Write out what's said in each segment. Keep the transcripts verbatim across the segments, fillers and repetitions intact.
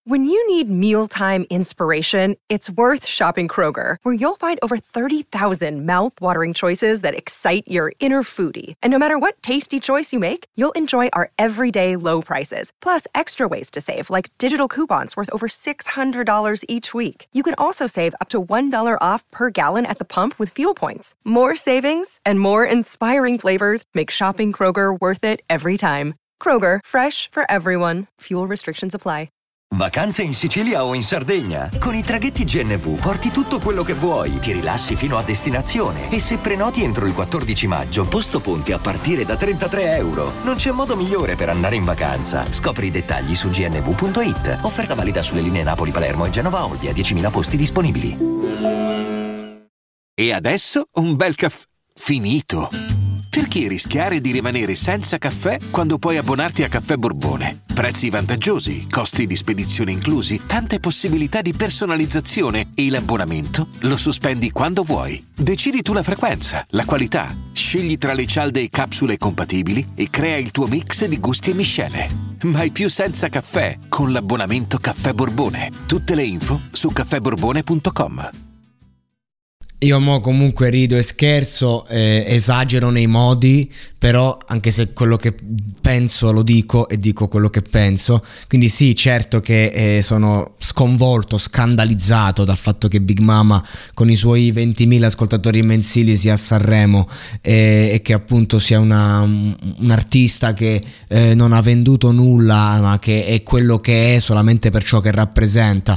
When you need mealtime inspiration, it's worth shopping Kroger, where you'll find over thirty thousand mouth-watering choices that excite your inner foodie. And no matter what tasty choice you make, you'll enjoy our everyday low prices, plus extra ways to save, like digital coupons worth over six hundred dollars each week. You can also save up to one dollar off per gallon at the pump with fuel points. More savings and more inspiring flavors make shopping Kroger worth it every time. Kroger, fresh for everyone. Fuel restrictions apply. Vacanze in Sicilia o in Sardegna? Con i traghetti G N V porti tutto quello che vuoi, ti rilassi fino a destinazione e se prenoti entro il quattordici maggio, posto ponti a partire da trentatré euro. Non c'è modo migliore per andare in vacanza. Scopri i dettagli su g n v punto i t. Offerta valida sulle linee Napoli-Palermo e Genova-Olbia, diecimila posti disponibili. E adesso un bel caffè finito. Perché rischiare di rimanere senza caffè quando puoi abbonarti a Caffè Borbone? Prezzi vantaggiosi, costi di spedizione inclusi, tante possibilità di personalizzazione e l'abbonamento lo sospendi quando vuoi. Decidi tu la frequenza, la qualità, scegli tra le cialde e capsule compatibili e crea il tuo mix di gusti e miscele. Mai più senza caffè con l'abbonamento Caffè Borbone. Tutte le info su caffè borbone punto com. Io mo comunque rido e scherzo, eh, esagero nei modi, però anche se quello che penso lo dico e dico quello che penso, quindi sì, certo che eh, sono sconvolto, scandalizzato dal fatto che Big Mama con i suoi ventimila ascoltatori mensili sia a Sanremo eh, e che appunto sia una, un artista che eh, non ha venduto nulla, ma che è quello che è solamente per ciò che rappresenta,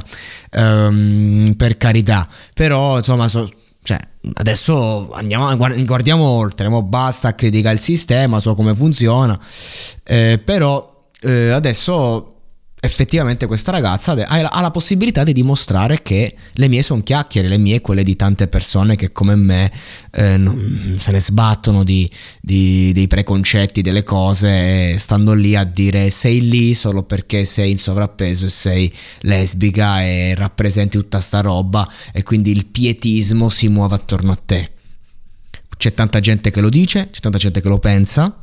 um, per carità, però insomma so, cioè, adesso andiamo, guardiamo oltre, mo basta criticare il sistema, so come funziona, eh, però eh, adesso effettivamente questa ragazza ha la, ha la possibilità di dimostrare che le mie sono chiacchiere, le mie e quelle di tante persone che come me eh, non, se ne sbattono di, di, dei preconcetti, delle cose, stando lì a dire sei lì solo perché sei in sovrappeso e sei lesbica e rappresenti tutta sta roba e quindi il pietismo si muove attorno a te. C'è tanta gente che lo dice, c'è tanta gente che lo pensa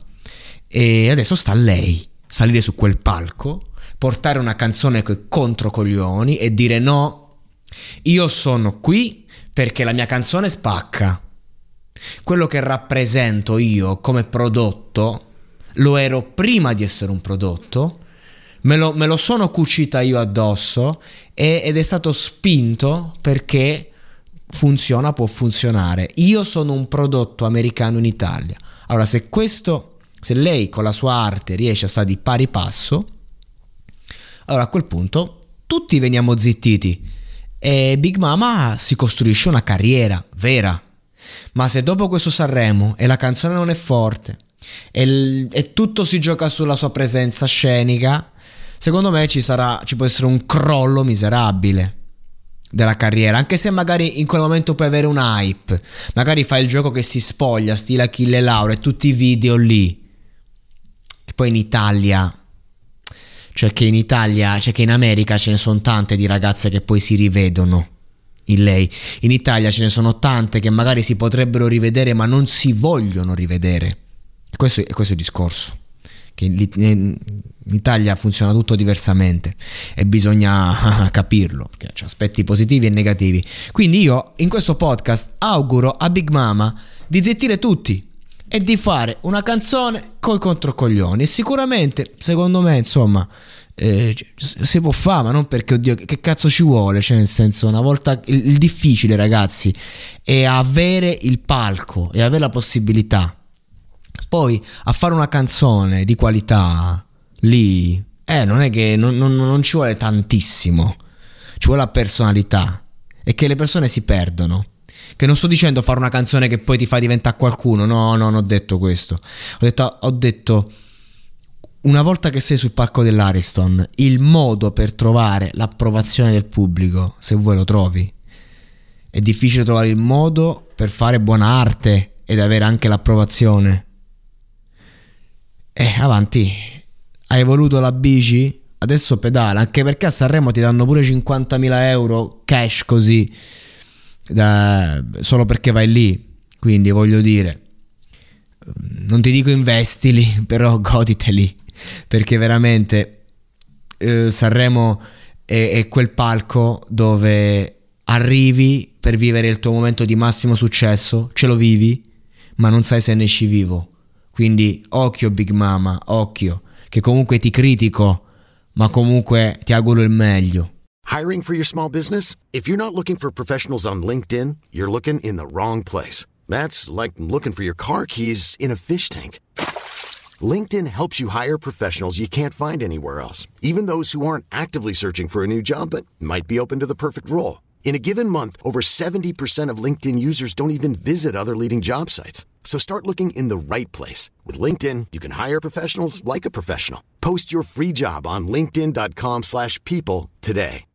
e adesso sta a lei salire su quel palco, portare una canzone coi controcoglioni e dire no, io sono qui perché la mia canzone spacca, quello che rappresento io come prodotto lo ero prima di essere un prodotto, me lo, me lo sono cucita io addosso e, ed è stato spinto perché funziona, può funzionare, io sono un prodotto americano in Italia. Allora se questo, se lei con la sua arte riesce a stare di pari passo, allora a quel punto tutti veniamo zittiti e Big Mama si costruisce una carriera vera. Ma se dopo questo Sanremo e la canzone non è forte e, l- e tutto si gioca sulla sua presenza scenica, secondo me ci sarà, ci può essere un crollo miserabile della carriera, anche se magari in quel momento puoi avere un hype, magari fai il gioco che si spoglia stile Achille Lauro e tutti i video lì, che poi in Italia, cioè che in Italia, cioè che in America ce ne sono tante di ragazze che poi si rivedono in lei, in Italia ce ne sono tante che magari si potrebbero rivedere ma non si vogliono rivedere, e questo, è questo il discorso, che in Italia funziona tutto diversamente e bisogna capirlo, perché c'è aspetti positivi e negativi. Quindi io in questo podcast auguro a Big Mama di zittire tutti e di fare una canzone coi controcoglioni, e sicuramente secondo me insomma eh, si può fare, ma non perché oddio che cazzo ci vuole, cioè nel senso, una volta il, il difficile ragazzi è avere il palco e avere la possibilità, poi a fare una canzone di qualità lì eh non è che non, non, non ci vuole tantissimo, ci vuole la personalità, e che le persone si perdono. Che non sto dicendo fare una canzone che poi ti fa diventare qualcuno, no, no, non ho detto questo. Ho detto, ho detto una volta che sei sul palco dell'Ariston, il modo per trovare l'approvazione del pubblico, se vuoi lo trovi. È difficile trovare il modo per fare buona arte ed avere anche l'approvazione. Eh, avanti. Hai voluto la bici? Adesso pedala, anche perché a Sanremo ti danno pure cinquantamila euro cash così, da, solo perché vai lì. Quindi voglio dire, non ti dico investili, però goditeli, perché veramente eh, Sanremo è, è quel palco dove arrivi per vivere il tuo momento di massimo successo, ce lo vivi, ma non sai se ne esci vivo. Quindi occhio Big Mama, occhio, che comunque ti critico, ma comunque ti auguro il meglio. Hiring for your small business? If you're not looking for professionals on LinkedIn, you're looking in the wrong place. That's like looking for your car keys in a fish tank. LinkedIn helps you hire professionals you can't find anywhere else, even those who aren't actively searching for a new job but might be open to the perfect role. In a given month, over seventy percent of LinkedIn users don't even visit other leading job sites. So start looking in the right place. With LinkedIn, you can hire professionals like a professional. Post your free job on linkedin dot com slash people today.